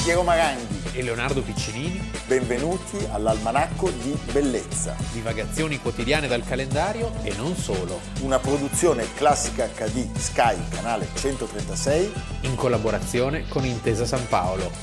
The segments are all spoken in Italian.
Piero Maranghi e Leonardo Piccinini. Benvenuti all'Almanacco di Bellezza. Divagazioni quotidiane dal calendario e non solo. Una produzione Classica HD Sky, canale 136. In collaborazione con Intesa San Paolo.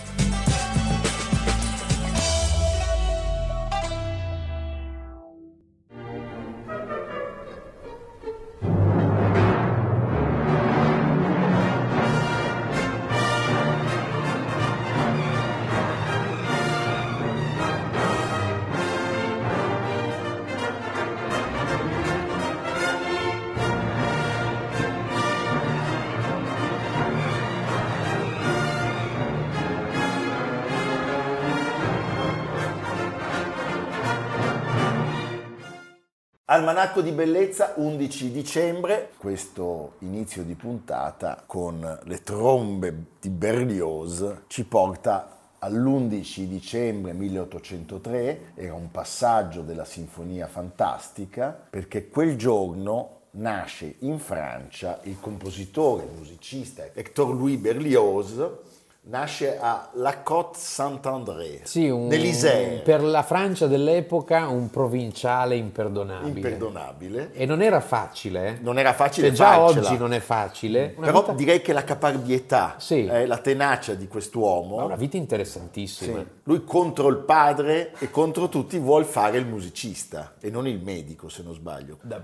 Almanacco di Bellezza, 11 dicembre, questo inizio di puntata con le trombe di Berlioz ci porta all'11 dicembre 1803, era un passaggio della Sinfonia Fantastica, perché quel giorno nasce in Francia il compositore, il musicista Hector-Louis Berlioz. Nasce a La Côte-Saint-André, nell'Isère. Per la Francia dell'epoca un provinciale imperdonabile. E non era facile. Non era facile già farcela. Oggi non è facile. Però direi che la caparbietà, sì, la tenacia di quest'uomo. Ha una vita interessantissima. Sì. Lui contro il padre e contro tutti vuol fare il musicista e non il medico, se non sbaglio. Da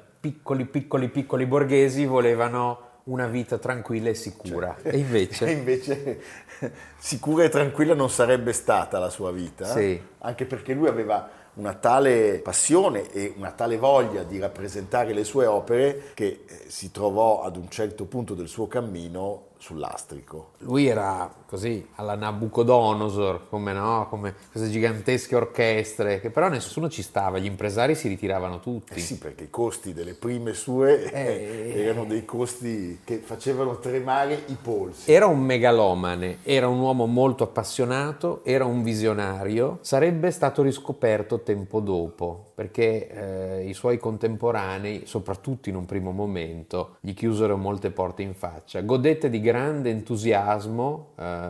piccoli borghesi volevano una vita tranquilla e sicura. Cioè, e invece sicura e tranquilla non sarebbe stata la sua vita, sì. Anche perché lui aveva una tale passione e una tale voglia di rappresentare le sue opere che si trovò ad un certo punto del suo cammino sul lastrico. Lui era così alla Nabucodonosor, come queste gigantesche orchestre, che però nessuno ci stava, gli impresari si ritiravano tutti. Sì, perché i costi delle prime sue erano dei costi che facevano tremare i polsi. Era un megalomane, era un uomo molto appassionato, era un visionario, sarebbe stato riscoperto tempo dopo, perché i suoi contemporanei, soprattutto in un primo momento, gli chiusero molte porte in faccia. Godette di grande entusiasmo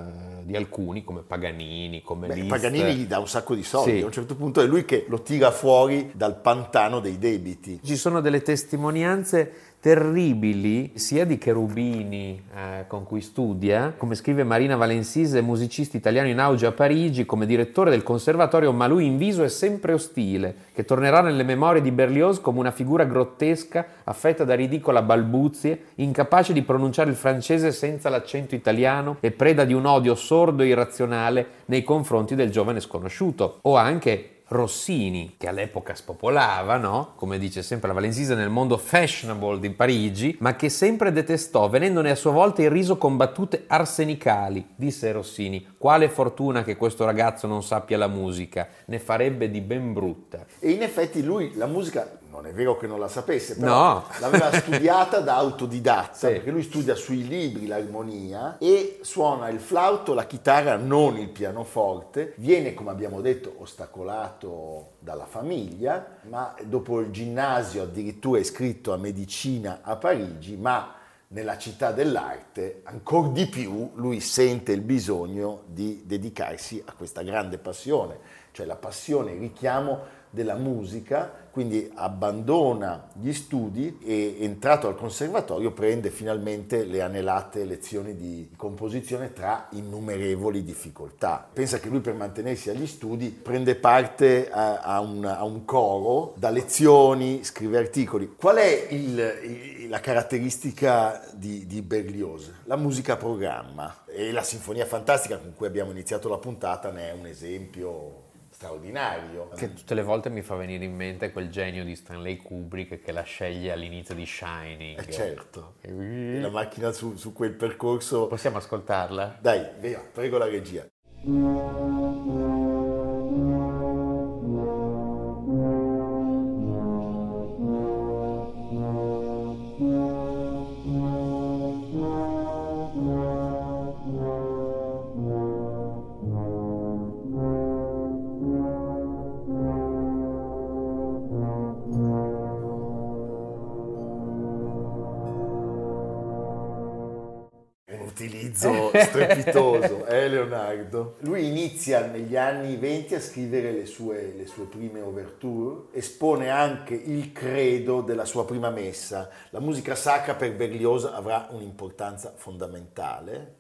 di alcuni, come Paganini, come Liszt. Paganini gli dà un sacco di soldi, sì. A un certo punto è lui che lo tira fuori dal pantano dei debiti. Ci sono delle testimonianze terribili sia di Cherubini con cui studia, come scrive Marina Valensise, musicista italiano in auge a Parigi come direttore del conservatorio, ma lui in viso è sempre ostile, che tornerà nelle memorie di Berlioz come una figura grottesca affetta da ridicola balbuzie, incapace di pronunciare il francese senza l'accento italiano e preda di un odio sordo e irrazionale nei confronti del giovane sconosciuto. O anche Rossini, che all'epoca spopolava, no? Come dice sempre la Valensise, nel mondo fashionable di Parigi, ma che sempre detestò, venendone a sua volta irriso con battute arsenicali. Disse Rossini: quale fortuna che questo ragazzo non sappia la musica, ne farebbe di ben brutta. E in effetti lui la musica, non è vero che non la sapesse, però l'aveva studiata da autodidatta, sì. Perché lui studia sui libri l'armonia e suona il flauto, la chitarra, non il pianoforte. Viene, come abbiamo detto, ostacolato dalla famiglia, ma dopo il ginnasio addirittura è iscritto a medicina a Parigi, ma nella città dell'arte ancora di più lui sente il bisogno di dedicarsi a questa grande passione, cioè la passione, il richiamo della musica, quindi abbandona gli studi e, entrato al conservatorio, prende finalmente le anelate lezioni di composizione tra innumerevoli difficoltà. Pensa che lui, per mantenersi agli studi, prende parte a un coro, dà lezioni, scrive articoli. Qual è la caratteristica di Berlioz? La musica a programma, e la Sinfonia Fantastica con cui abbiamo iniziato la puntata ne è un esempio straordinario. Che tutte le volte mi fa venire in mente quel genio di Stanley Kubrick che la sceglie all'inizio di Shining. Certo, la macchina su quel percorso. Possiamo ascoltarla? Dai, via, prego la regia. utilizzo strepitoso, Leonardo. Lui inizia negli anni 20 a scrivere le sue prime ouverture, espone anche il credo della sua prima messa. La musica sacra per Berlioz avrà un'importanza fondamentale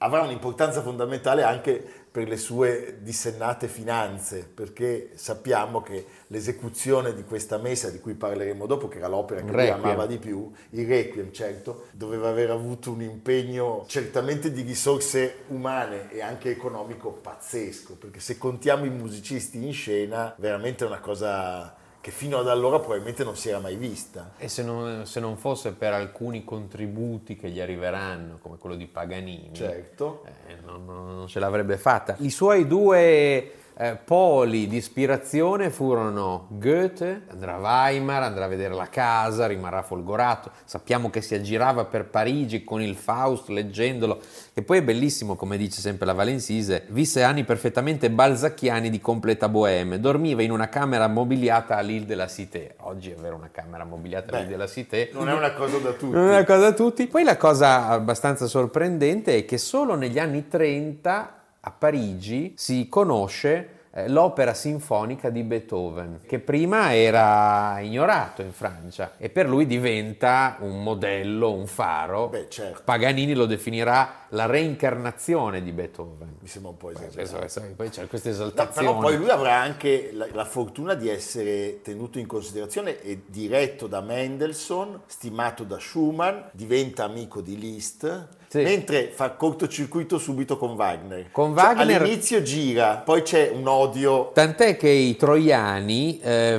anche per le sue dissennate finanze, perché sappiamo che l'esecuzione di questa messa, di cui parleremo dopo, che era l'opera che lui amava di più, il Requiem, certo, doveva aver avuto un impegno certamente di risorse umane e anche economico pazzesco, perché se contiamo i musicisti in scena, veramente è una cosa che fino ad allora probabilmente non si era mai vista. E se non fosse per alcuni contributi che gli arriveranno, come quello di Paganini, certo, non ce l'avrebbe fatta. I suoi due poli di ispirazione furono Goethe, andrà a Weimar, andrà a vedere la casa, rimarrà folgorato. Sappiamo che si aggirava per Parigi con il Faust leggendolo, e poi è bellissimo, come dice sempre la Valencise, visse anni perfettamente balzacchiani di completa bohème, dormiva in una camera mobiliata all'Île de la Cité. Oggi avere una camera mobiliata all'Île de la Cité non è una cosa da tutti. Non è una cosa da tutti. Poi la cosa abbastanza sorprendente è che solo negli anni 30 a Parigi si conosce l'opera sinfonica di Beethoven, che prima era ignorato in Francia, e per lui diventa un modello, un faro. Certo. Paganini lo definirà la reincarnazione di Beethoven. Mi sembra un po' esagerato. Poi c'è questa esaltazione. Però poi lui avrà anche la fortuna di essere tenuto in considerazione e diretto da Mendelssohn, stimato da Schumann, diventa amico di Liszt, mentre fa cortocircuito subito con Wagner. All'inizio gira, poi c'è un odio. Tant'è che i troiani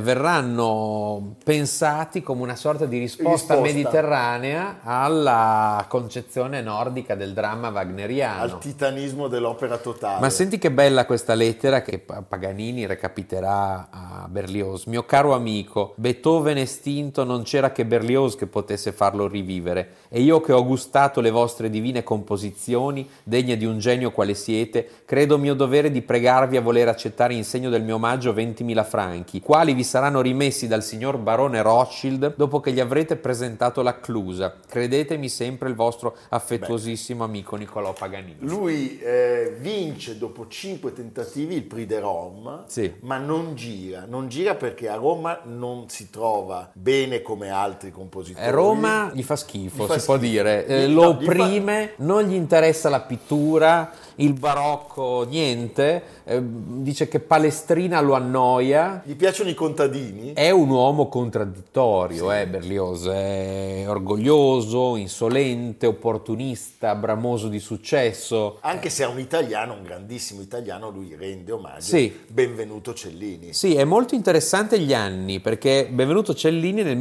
verranno pensati come una sorta di risposta mediterranea alla concezione nordica del dramma wagneriano. Al titanismo dell'opera totale. Ma senti che bella questa lettera che Paganini recapiterà a Berlioz. Mio caro amico, Beethoven estinto, non c'era che Berlioz che potesse farlo rivivere, e io che ho gustato le vostre divine composizioni, degne di un genio quale siete, credo mio dovere di pregarvi a voler accettare in segno del mio omaggio 20.000 franchi, quali vi saranno rimessi dal signor barone Rothschild dopo che gli avrete presentato l'acclusa. Credetemi sempre il vostro affettuosissimo amico Niccolò Paganini. Lui vince dopo 5 tentativi il Prix de Rome, ma non gira perché a Roma non si trova bene come altri compositori. Roma gli fa schifo, può dire, lo opprime, non gli interessa la pittura, il barocco niente, dice che Palestrina lo annoia. Gli piacciono i contadini. È un uomo contraddittorio, Berlioz, è orgoglioso, insolente, opportunista, bramoso di successo. Anche se è un italiano, un grandissimo italiano, lui rende omaggio. Benvenuto Cellini. Sì, è molto interessante gli anni, perché Benvenuto Cellini nel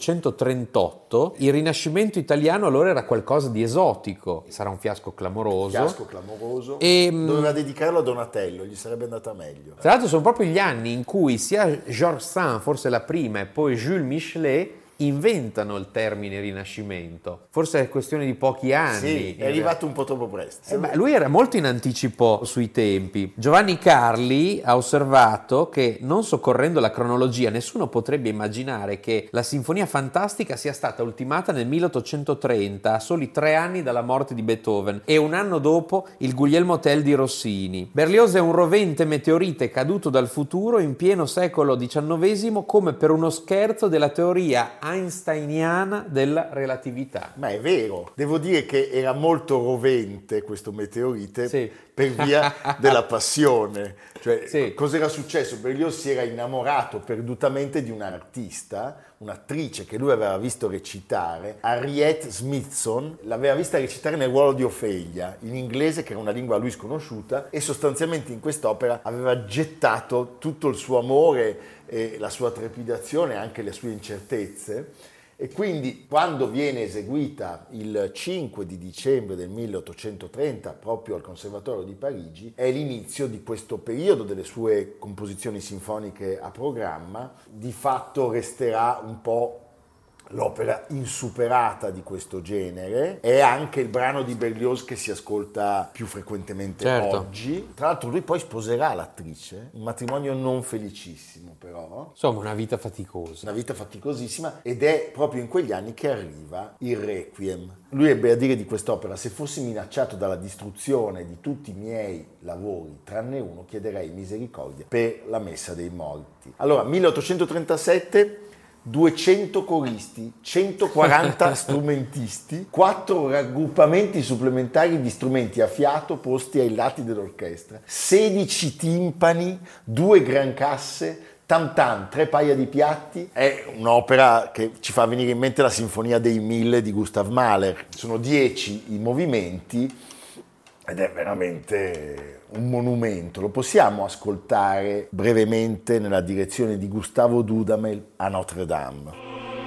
1838, il Rinascimento italiano allora era qualcosa di esotico, sarà un fiasco clamoroso. E doveva dedicarlo a Donatello, gli sarebbe andata meglio. Tra l'altro sono proprio gli anni in cui sia Georges Sand, forse la prima, e poi Jules Michelet inventano il termine Rinascimento. Forse è questione di pochi anni. Sì, è arrivato un po' troppo presto. Lui era molto in anticipo sui tempi. Giovanni Carli ha osservato che, non soccorrendo la cronologia, nessuno potrebbe immaginare che la Sinfonia Fantastica sia stata ultimata nel 1830, a soli 3 anni dalla morte di Beethoven, e un anno dopo il Guglielmo Tell di Rossini. Berlioz è un rovente meteorite caduto dal futuro in pieno secolo XIX, come per uno scherzo della teoria einsteiniana della relatività. Ma è vero, devo dire che era molto rovente questo meteorite per via della passione. Cioè, cos'era successo? Berlioz si era innamorato perdutamente di un'artista, un'attrice che lui aveva visto recitare, Harriet Smithson, l'aveva vista recitare nel ruolo di Ofelia, in inglese, che era una lingua a lui sconosciuta, e sostanzialmente in quest'opera aveva gettato tutto il suo amore e la sua trepidazione, anche le sue incertezze. E quindi quando viene eseguita il 5 di dicembre del 1830 proprio al Conservatorio di Parigi, è l'inizio di questo periodo delle sue composizioni sinfoniche a programma. Di fatto resterà un po' l'opera insuperata di questo genere, è anche il brano di Berlioz che si ascolta più frequentemente oggi. Tra l'altro lui poi sposerà l'attrice, un matrimonio non felicissimo però. Insomma, una vita faticosa. Una vita faticosissima, ed è proprio in quegli anni che arriva il Requiem. Lui ebbe a dire di quest'opera: se fossi minacciato dalla distruzione di tutti i miei lavori, tranne uno, chiederei misericordia per la messa dei morti. Allora, 1837, 200 coristi, 140 strumentisti, 4 raggruppamenti supplementari di strumenti a fiato posti ai lati dell'orchestra, 16 timpani, 2 grancasse, tam tam, 3 paia di piatti. È un'opera che ci fa venire in mente la Sinfonia dei 1000 di Gustav Mahler. Sono 10 i movimenti ed è veramente un monumento. Lo possiamo ascoltare brevemente nella direzione di Gustavo Dudamel a Notre Dame.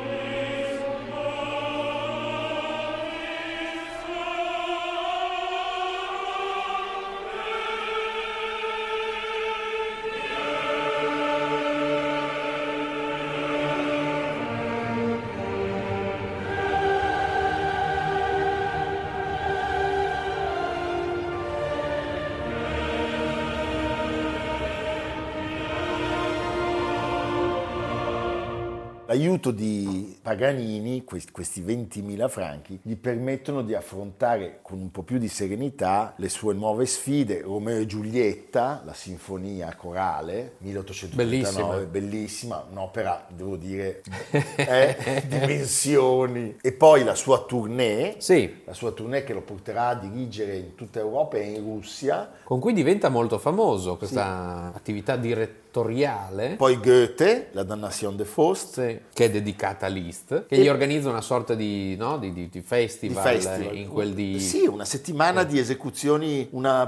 L'aiuto di Paganini, questi 20.000 franchi, gli permettono di affrontare con un po' più di serenità le sue nuove sfide. Romeo e Giulietta, la sinfonia corale, 1839, bellissima, un'opera, devo dire, dimensioni. E poi la sua tournée, la sua tournée che lo porterà a dirigere in tutta Europa e in Russia. Con cui diventa molto famoso questa attività direttoriale. Poi Goethe, la Damnation de Faust, che è dedicata a Liszt, che gli organizza una sorta di festival, in quel di... Sì, una settimana di esecuzioni, una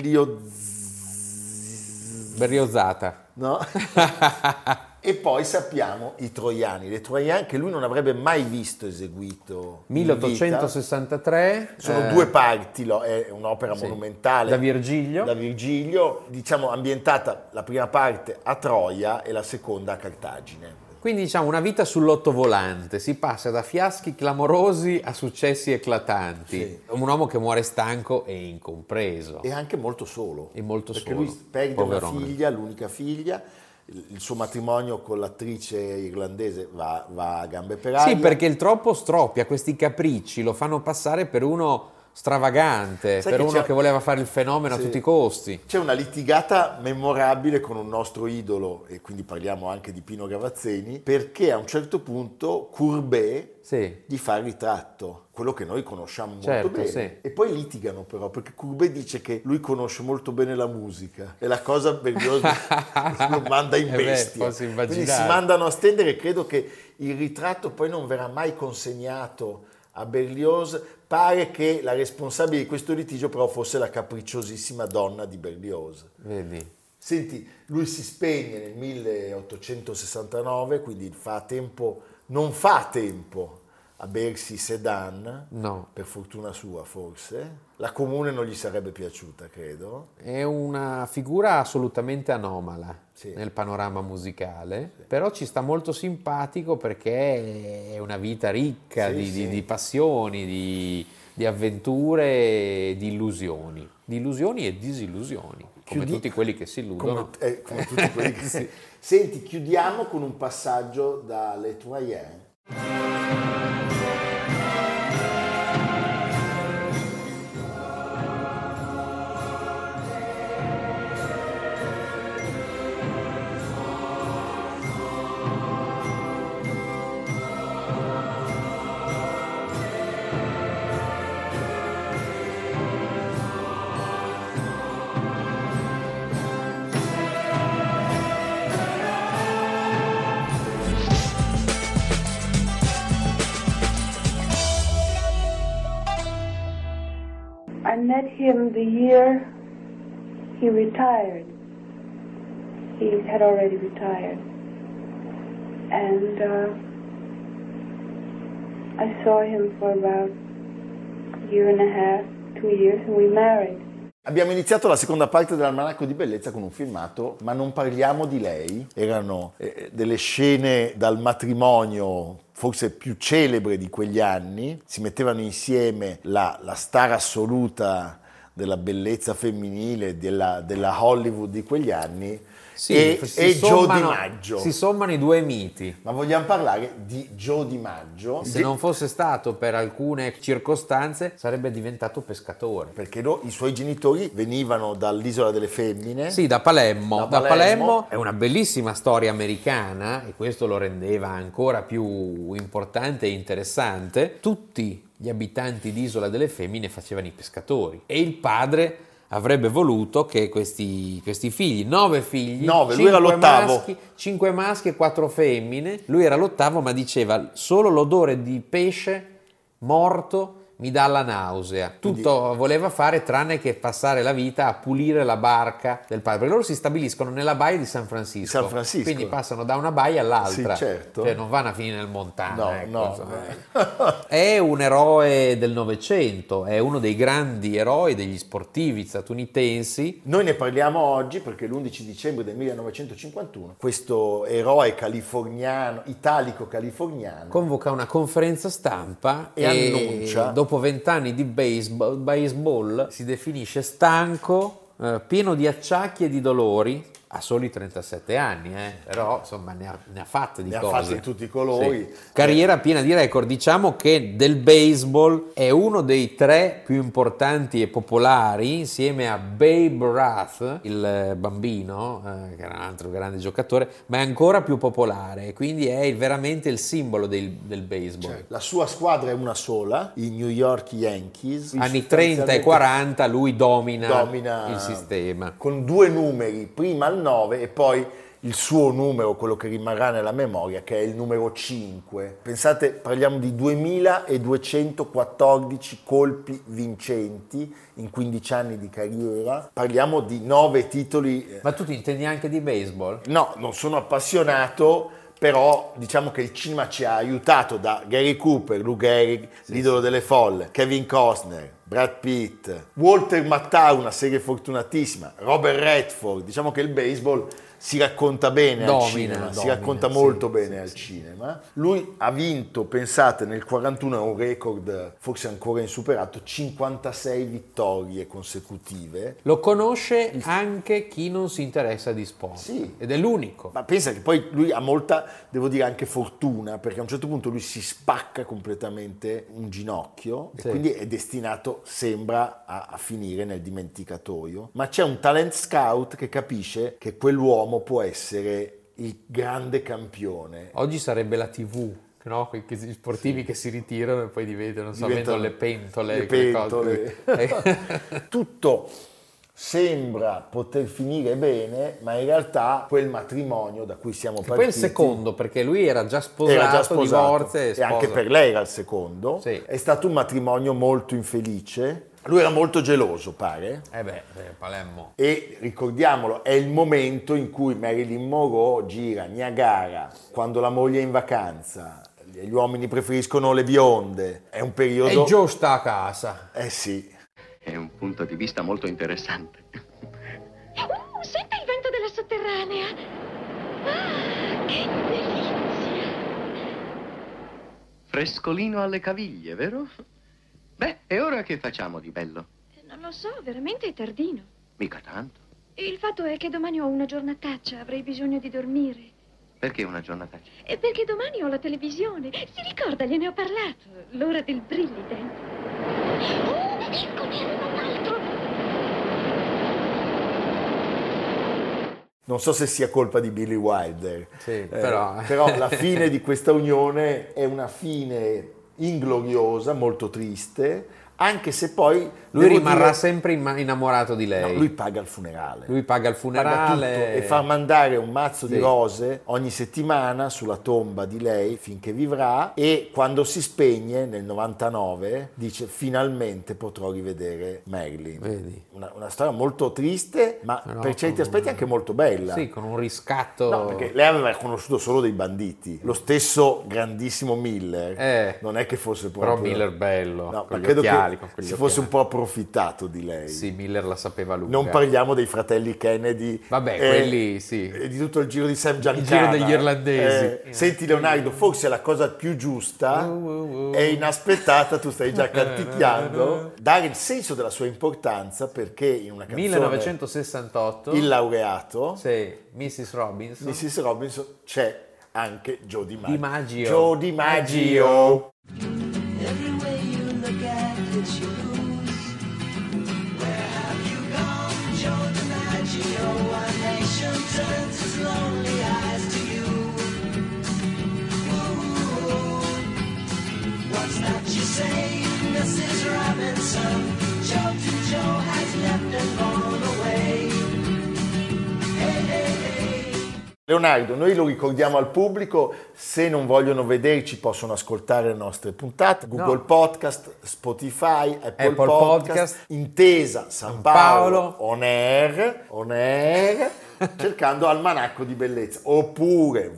berliozata. No? E poi sappiamo i Troiani, le Troiane che lui non avrebbe mai visto eseguito. 1863. Sono 2 parti, è un'opera monumentale. Da Virgilio, diciamo ambientata la prima parte a Troia e la seconda a Cartagine. Quindi diciamo una vita sull'ottovolante, si passa da fiaschi clamorosi a successi eclatanti. Sì. Un uomo che muore stanco e incompreso. E anche molto solo. Perché lui perde una figlia, l'unica figlia. Il suo matrimonio con l'attrice irlandese va a gambe per aria. Sì, perché il troppo stroppia, questi capricci lo fanno passare per uno stravagante, per uno che voleva fare il fenomeno a tutti i costi. C'è una litigata memorabile con un nostro idolo, e quindi parliamo anche di Pino Gavazzeni, perché a un certo punto Courbet gli fa il ritratto, quello che noi conosciamo molto bene. E poi litigano però, perché Courbet dice che lui conosce molto bene la musica e la cosa Berlioz lo manda in bestia. Quindi si mandano a stendere. Credo che il ritratto poi non verrà mai consegnato a Berlioz. Pare che la responsabile di questo litigio però fosse la capricciosissima donna di Berlioz. Vedi. Senti, lui si spegne nel 1869, quindi non fa tempo a bersi Sedan, per fortuna sua forse. La Comune non gli sarebbe piaciuta, credo. È una figura assolutamente anomala nel panorama musicale, però ci sta molto simpatico perché è una vita ricca di passioni, di avventure, di illusioni e disillusioni, come tutti quelli che si illudono. Come tutti quelli che Senti, chiudiamo con un passaggio da Les Troyens. I met him the year he retired. He had already retired. And I saw him for about a year and a half, 2 years, and we married. Abbiamo iniziato la seconda parte dell'Almanacco di Bellezza con un filmato, ma non parliamo di lei. Erano delle scene dal matrimonio forse più celebre di quegli anni. Si mettevano insieme la star assoluta della bellezza femminile, della Hollywood di quegli anni, Sì, e Joe Di sommano- Maggio. Si sommano i due miti. Ma vogliamo parlare di Joe Di Maggio? Se non fosse stato per alcune circostanze, sarebbe diventato pescatore. Perché i suoi genitori venivano dall'Isola delle Femmine. Sì, da Palermo. Da Da Palermo. Palermo è una bellissima storia americana e questo lo rendeva ancora più importante e interessante. Tutti gli abitanti di Isola delle Femmine facevano i pescatori e il padre avrebbe voluto che questi figli, 9 figli, Lui era l'ottavo. 5 maschi e 4 femmine, lui era l'ottavo, ma diceva solo l'odore di pesce morto mi dà la nausea. Tutto voleva fare tranne che passare la vita a pulire la barca del padre, perché loro si stabiliscono nella baia di San Francisco. San Francisco. Quindi passano da una baia all'altra. Sì, certo. Cioè non vanno a finire nel Montana. No, ecco, no. insomma. È un eroe del Novecento, è uno dei grandi eroi degli sportivi statunitensi. Noi ne parliamo oggi perché l'11 dicembre del 1951 questo eroe californiano, italico-californiano, Convoca una conferenza stampa E annuncia- dopo 20 anni di baseball si definisce stanco, pieno di acciacchi e di dolori, a soli 37 anni, però insomma ne ha fatte di ne ha cose. fatte di tutti i colori. Sì. Carriera piena di record. Diciamo che del baseball è uno dei 3 più importanti e popolari, insieme a Babe Ruth, il bambino, che era un altro grande giocatore, ma è ancora più popolare, quindi è veramente il simbolo del baseball. La sua squadra è una sola, i New York Yankees. Anni 30 e 40 lui domina il sistema. Con 2 numeri, prima il 9 e poi il suo numero, quello che rimarrà nella memoria, che è il numero 5. Pensate, parliamo di 2214 colpi vincenti in 15 anni di carriera, parliamo di 9 titoli. Ma tu ti intendi anche di baseball? No, non sono appassionato, però diciamo che il cinema ci ha aiutato, da Gary Cooper, Lou Gehrig, l'idolo delle folle, Kevin Costner, Brad Pitt, Walter Matthau, una serie fortunatissima, Robert Redford. Diciamo che il baseball si racconta bene al cinema, si racconta molto bene al cinema. Lui ha vinto, pensate, nel 41, è un record forse ancora insuperato, 56 vittorie consecutive. Lo conosce anche chi non si interessa di sport. Sì. Ed è l'unico. Ma pensa che poi lui ha molta, devo dire, anche fortuna, perché a un certo punto lui si spacca completamente un ginocchio e quindi è destinato, sembra, a finire nel dimenticatoio. Ma c'è un talent scout che capisce che quell'uomo può essere il grande campione. Oggi sarebbe la TV, no? Quei sportivi che si ritirano e poi diventano le pentole. Le quelle pentole. cose. Tutto sembra poter finire bene, ma in realtà quel matrimonio da cui siamo partiti... Poi il secondo, perché lui era già sposato, divorzia e e anche per lei era il secondo. Sì. È stato un matrimonio molto infelice. Lui era molto geloso, pare. Palermo. E ricordiamolo, è il momento in cui Marilyn Monroe gira Niagara, quando la moglie è in vacanza, gli uomini preferiscono le bionde. È un periodo... E Joe sta a casa. Eh sì. È un punto di vista molto interessante. Senta il vento della sotterranea. Ah, che delizia. Frescolino alle caviglie, vero? Beh, e ora che facciamo di bello? Non lo so, veramente è tardino. Mica tanto. Il fatto è che domani ho una giornataccia, avrei bisogno di dormire. Perché una giornataccia? E perché domani ho la televisione. Si ricorda, gliene ho parlato. L'ora del Brilliant. Oh, eccone arriva un altro. Non so se sia colpa di Billy Wilder, Sì, però... però la fine di questa unione è una fine ingloriosa, molto triste, anche se poi Lui rimarrà sempre innamorato di lei. No, lui paga il funerale. Lui paga il funerale. Paga tutto e fa mandare un mazzo Sì. di rose ogni settimana sulla tomba di lei finché vivrà, e quando si spegne nel 99 dice: finalmente potrò rivedere Marilyn. Vedi. Una storia molto triste, ma No, per certi con aspetti anche molto bella. Sì, con un riscatto. No, perché lei aveva conosciuto solo dei banditi. Lo stesso grandissimo Miller non è che fosse proprio... Però Miller bello, No, con ma gli credo occhiali. occhiali, con quegli si fosse occhiali. un po' approfittato di lei. Sì, Miller la sapeva lunga. Non parliamo dei fratelli Kennedy. Vabbè, quelli sì. E di tutto il giro di Sam Giancana. Il giro degli irlandesi. Senti Leonardo, forse la cosa più giusta è inaspettata, tu stai già canticchiando, dare il senso della sua importanza, perché in una canzone 1968. Il laureato, Sì, Mrs. Robinson. Mrs. Robinson, c'è anche Joe DiMaggio. Joe DiMaggio. Everywhere you look at, it's you lose. Where have you gone, Joe DiMaggio? Our nation turns its lonely eyes to you. Ooh, what's that you say, Mrs. Robinson? Joe to Joe has left and gone away. Hey, hey, hey. Leonardo, noi lo ricordiamo al pubblico, se non vogliono vederci possono ascoltare le nostre puntate, Google Podcast, Spotify, Apple Podcast, Intesa San Paolo, on air, cercando Almanacco di Bellezza, oppure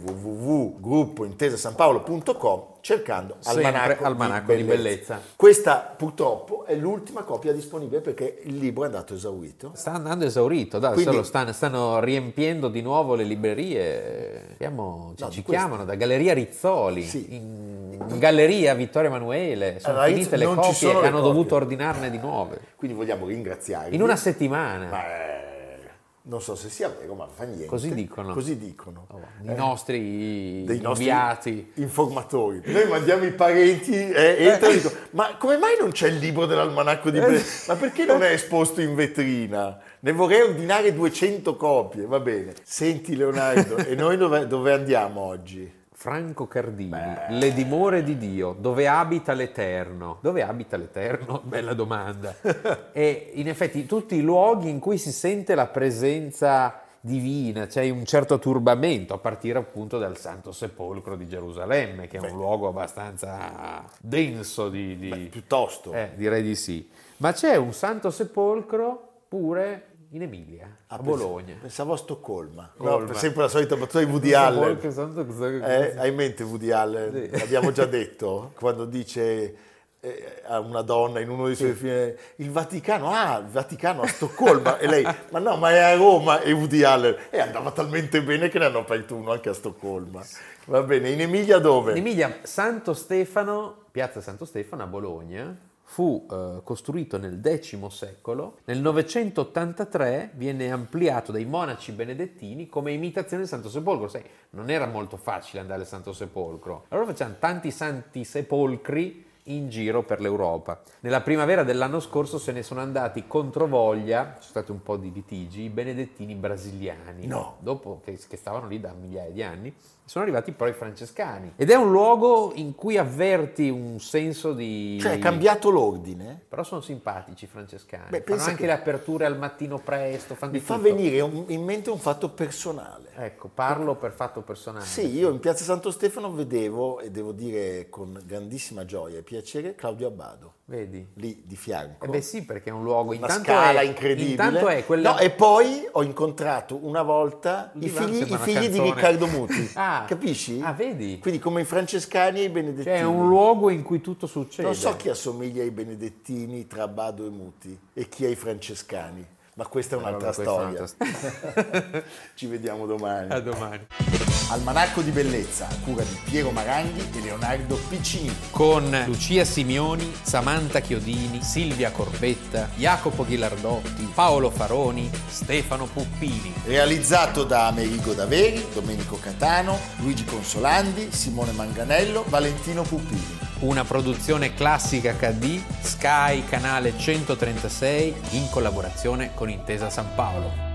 www.gruppointesasanpaolo.com cercando Almanacco di Bellezza. Questa purtroppo è l'ultima copia disponibile perché il libro è andato esaurito. Sta andando esaurito, dai, Quindi- stanno riempiendo di nuovo le librerie. Ci No, di chiamano da Galleria Rizzoli, Sì. in Galleria Vittorio Emanuele. Sono Allora, finite le non ci copie sono e le hanno copie. dovuto ordinarne di nuove. Quindi vogliamo ringraziarvi. In una settimana. Non so se sia vero, ma fa niente. Così dicono. Così dicono. I nostri Dei nostri inviati. informatori. Noi mandiamo i parenti e entrano e dicono: ma come mai non c'è il libro dell'almanacco di Bellezza? Ma perché non è esposto in vetrina? Ne vorrei ordinare 200 copie, va bene. Senti Leonardo, e noi dove andiamo oggi? Franco Cardini, Le dimore di Dio, dove abita l'Eterno? Dove abita l'Eterno? Bella domanda. E in effetti tutti i luoghi in cui si sente la presenza divina, c'è un certo turbamento, a partire appunto dal Santo Sepolcro di Gerusalemme, che è un luogo abbastanza denso Piuttosto. direi di sì. Ma c'è un Santo Sepolcro pure in Emilia, a Bologna. Pensavo a Stoccolma. Colma. No, sempre la solita battuta di Woody Allen. Sepolcro, Hai in mente Woody Allen? Sì. L'abbiamo già detto, quando dice a una donna in uno dei suoi film, il Vaticano a Stoccolma, e lei, ma no, ma è a Roma, e Woody Allen, e andava talmente bene che ne hanno aperto uno anche a Stoccolma. Va bene, in Emilia dove? In Emilia, Santo Stefano, piazza Santo Stefano a Bologna, fu costruito nel X secolo. Nel 983 viene ampliato dai monaci benedettini come imitazione del Santo Sepolcro. Sai, non era molto facile andare al Santo Sepolcro. Allora facevano tanti santi sepolcri in giro per l'Europa. Nella primavera dell'anno scorso se ne sono andati controvoglia, ci sono stati un po' di litigi, i benedettini brasiliani. No. Dopo che stavano lì da migliaia di anni, sono arrivati poi i francescani. Ed è un luogo in cui avverti un senso di... Cioè è cambiato l'ordine? Però sono simpatici i francescani. Beh, Fanno pensa anche che- le aperture al mattino presto, fanno Mi di fa tutto. venire in mente un fatto personale. Ecco, parlo per fatto personale. Sì, io in piazza Santo Stefano vedevo, e devo dire con grandissima gioia e piacere, Claudio Abbado, Vedi? lì di fianco. Eh beh sì, perché è un luogo... Una scala incredibile. Intanto è quella... No, e poi ho incontrato una volta i L'Ivan figli sembra una di canzone. Riccardo Muti. Ah. Capisci? Ah, vedi? Quindi come i francescani e i benedettini. Cioè è un luogo in cui tutto succede. Non so chi assomiglia ai benedettini tra Abbado e Muti e chi ai francescani, ma questa è un'altra vabbè, questa è storia. Ci vediamo domani. A domani. Almanacco di Bellezza, a cura di Piero Maranghi e Leonardo Piccini. Con Lucia Simioni, Samantha Chiodini, Silvia Corbetta, Jacopo Ghilardotti, Paolo Faroni, Stefano Puppini. Realizzato da Amerigo Daveri, Domenico Catano, Luigi Consolandi, Simone Manganello, Valentino Puppini. Una produzione Classica HD, Sky Canale 136, in collaborazione con Intesa San Paolo.